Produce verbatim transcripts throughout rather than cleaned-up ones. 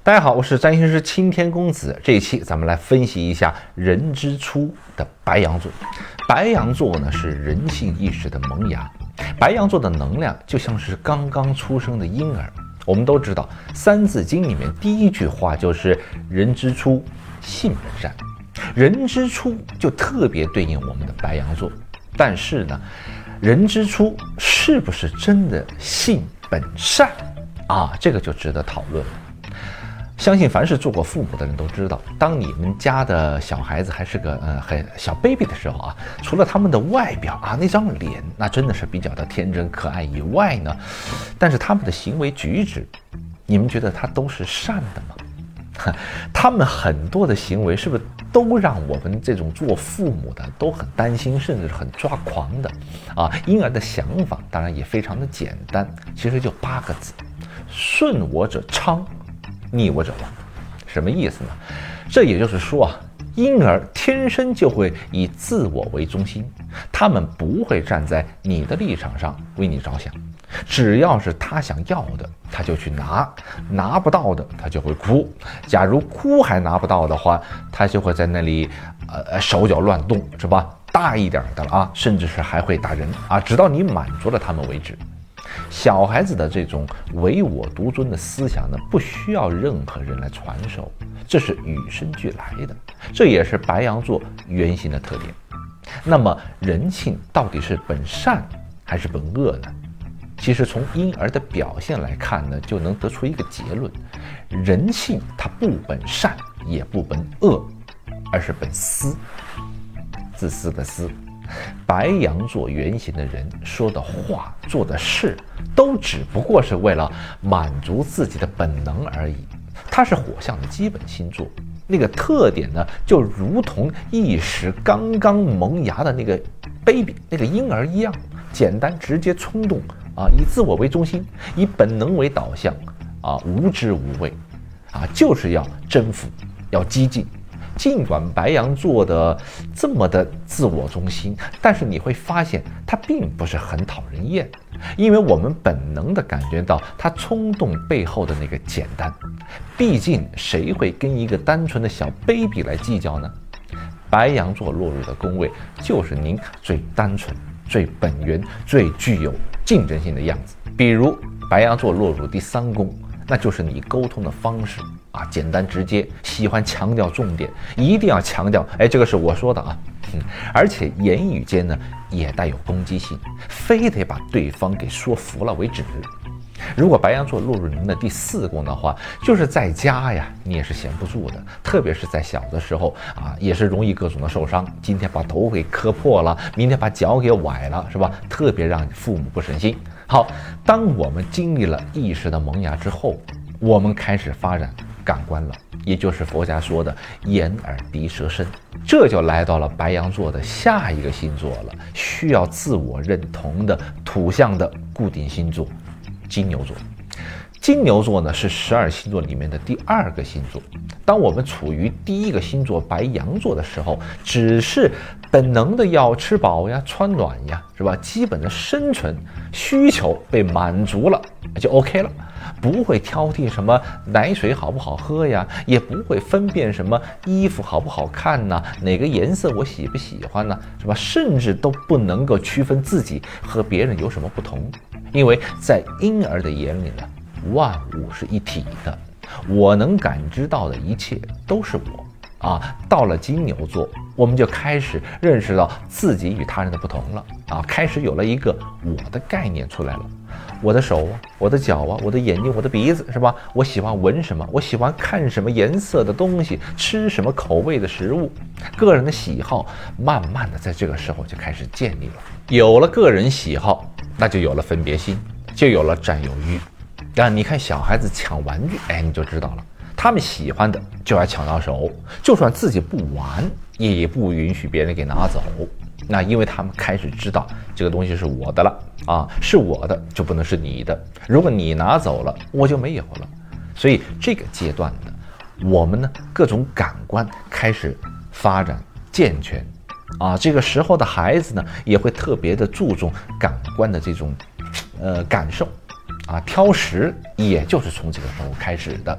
大家好，我是占星师青天公子。这一期咱们来分析一下人之初的白羊座。白羊座呢是人性意识的萌芽，白羊座的能量就像是刚刚出生的婴儿。我们都知道，《三字经》里面第一句话就是“人之初，性本善”。人之初就特别对应我们的白羊座。但是呢，人之初是不是真的性本善啊？这个就值得讨论了。相信凡是做过父母的人都知道，当你们家的小孩子还是个呃很小 baby 的时候啊，除了他们的外表啊那张脸，那真的是比较的天真可爱以外呢，但是他们的行为举止，你们觉得他都是善的吗？他们很多的行为是不是都让我们这种做父母的都很担心，甚至是很抓狂的啊？婴儿的想法当然也非常的简单，其实就八个字：顺我者昌，逆我者亡。什么意思呢？这也就是说啊，婴儿天生就会以自我为中心，他们不会站在你的立场上为你着想，只要是他想要的他就去拿，拿不到的他就会哭，假如哭还拿不到的话，他就会在那里呃手脚乱动，是吧？大一点的了啊，甚至是还会打人啊，直到你满足了他们为止。小孩子的这种唯我独尊的思想呢，不需要任何人来传授，这是与生俱来的，这也是白羊座原型的特点。那么人性到底是本善还是本恶呢？其实从婴儿的表现来看呢，就能得出一个结论：人性它不本善也不本恶，而是本私，自私的私。白羊座原型的人说的话做的事都只不过是为了满足自己的本能而已。它是火象的基本星座，那个特点呢，就如同一时刚刚萌芽的那个 baby 那个婴儿一样，简单直接冲动啊，以自我为中心，以本能为导向啊，无知无畏啊，就是要征服，要激进。尽管白羊座的这么的自我中心，但是你会发现它并不是很讨人厌，因为我们本能的感觉到它冲动背后的那个简单。毕竟谁会跟一个单纯的小 baby 来计较呢？白羊座落入的宫位就是您最单纯、最本源、最具有竞争性的样子。比如白羊座落入第三宫，那就是你沟通的方式啊，简单直接，喜欢强调重点，一定要强调，哎，这个是我说的啊，嗯，而且言语间呢也带有攻击性，非得把对方给说服了为止。如果白羊座落入您的第四宫的话，就是在家呀，你也是闲不住的，特别是在小的时候啊，也是容易各种的受伤，今天把头给磕破了，明天把脚给崴了，是吧？特别让父母不省心。好，当我们经历了意识的萌芽之后，我们开始发展感官了，也就是佛家说的眼耳鼻舌身，这就来到了白羊座的下一个星座了，需要自我认同的土象的固定星座金牛座。金牛座呢是十二星座里面的第二个星座。当我们处于第一个星座白羊座的时候，只是本能的要吃饱呀、穿暖呀，是吧？基本的生存需求被满足了，就 OK 了。不会挑剔什么奶水好不好喝呀，也不会分辨什么衣服好不好看呐，哪个颜色我喜不喜欢呢，是吧？甚至都不能够区分自己和别人有什么不同，因为在婴儿的眼里呢，万物是一体的，我能感知到的一切都是我啊。到了金牛座，我们就开始认识到自己与他人的不同了啊，开始有了一个我的概念出来了。我的手啊，我的脚啊，我的眼睛，我的鼻子，是吧？我喜欢闻什么，我喜欢看什么颜色的东西，吃什么口味的食物，个人的喜好慢慢的在这个时候就开始建立了。有了个人喜好，那就有了分别心，就有了占有欲。但你看小孩子抢玩具，哎，你就知道了，他们喜欢的就要抢到手，就算自己不玩，也不允许别人给拿走。那因为他们开始知道这个东西是我的了啊，是我的就不能是你的，如果你拿走了，我就没有了。所以这个阶段呢，我们呢各种感官开始发展健全啊，这个时候的孩子呢也会特别的注重感官的这种呃感受啊，挑食也就是从这个时候开始的。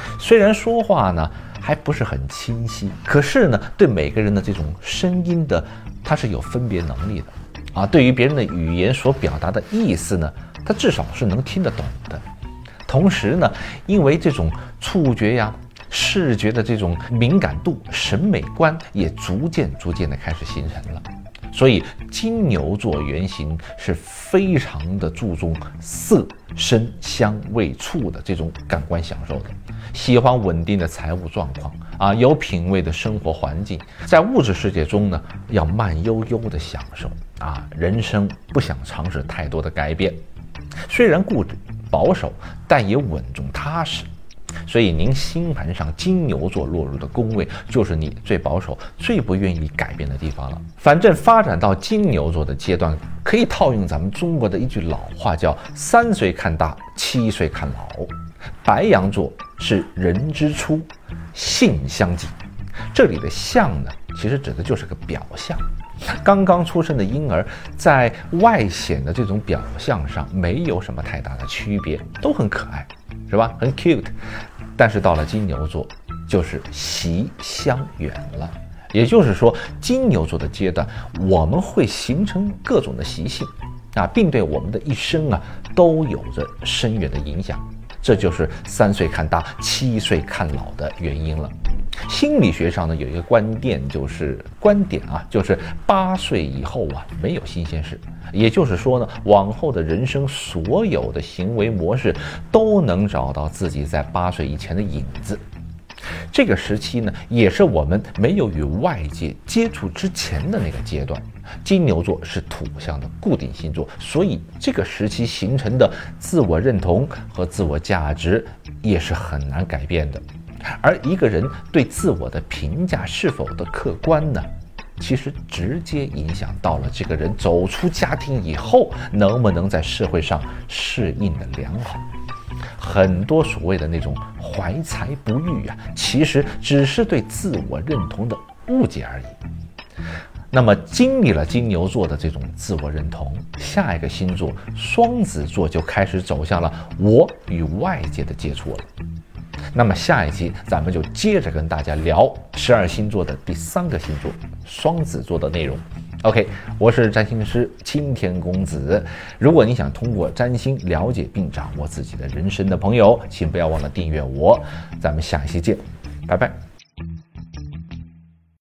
虽然说话呢还不是很清晰，可是呢，对每个人的这种声音的，它是有分别能力的啊。对于别人的语言所表达的意思呢，他至少是能听得懂的。同时呢，因为这种触觉呀、视觉的这种敏感度、审美观也逐渐逐渐的开始形成了。所以金牛座原型是非常的注重色、声、香、味、触的这种感官享受的，喜欢稳定的财务状况啊，有品位的生活环境，在物质世界中呢，要慢悠悠的享受啊，人生不想尝试太多的改变，虽然固执保守，但也稳重踏实。所以您星盘上金牛座落入的宫位，就是你最保守、最不愿意改变的地方了。反正发展到金牛座的阶段，可以套用咱们中国的一句老话，叫三岁看大，七岁看老。白羊座是人之初，性相近。这里的相呢，其实指的就是个表象。刚刚出生的婴儿在外显的这种表象上没有什么太大的区别，都很可爱，是吧？很 cute。但是到了金牛座，就是习相远了。也就是说，金牛座的阶段，我们会形成各种的习性啊，并对我们的一生啊都有着深远的影响。这就是三岁看大，七岁看老的原因了。心理学上呢有一个观点，就是观点啊，就是八岁以后啊没有新鲜事，也就是说呢，往后的人生所有的行为模式都能找到自己在八岁以前的影子。这个时期呢，也是我们没有与外界接触之前的那个阶段。金牛座是土象的固定星座，所以这个时期形成的自我认同和自我价值也是很难改变的。而一个人对自我的评价是否的客观呢，其实直接影响到了这个人走出家庭以后能不能在社会上适应的良好。很多所谓的那种怀才不遇啊，其实只是对自我认同的误解而已。那么经历了金牛座的这种自我认同，下一个星座双子座就开始走向了我与外界的接触了。那么下一期咱们就接着跟大家聊十二星座的第三个星座双子座的内容。OK， 我是占星师青天公子。如果你想通过占星了解并掌握自己的人生的朋友，请不要忘了订阅我。咱们下一期见，拜拜。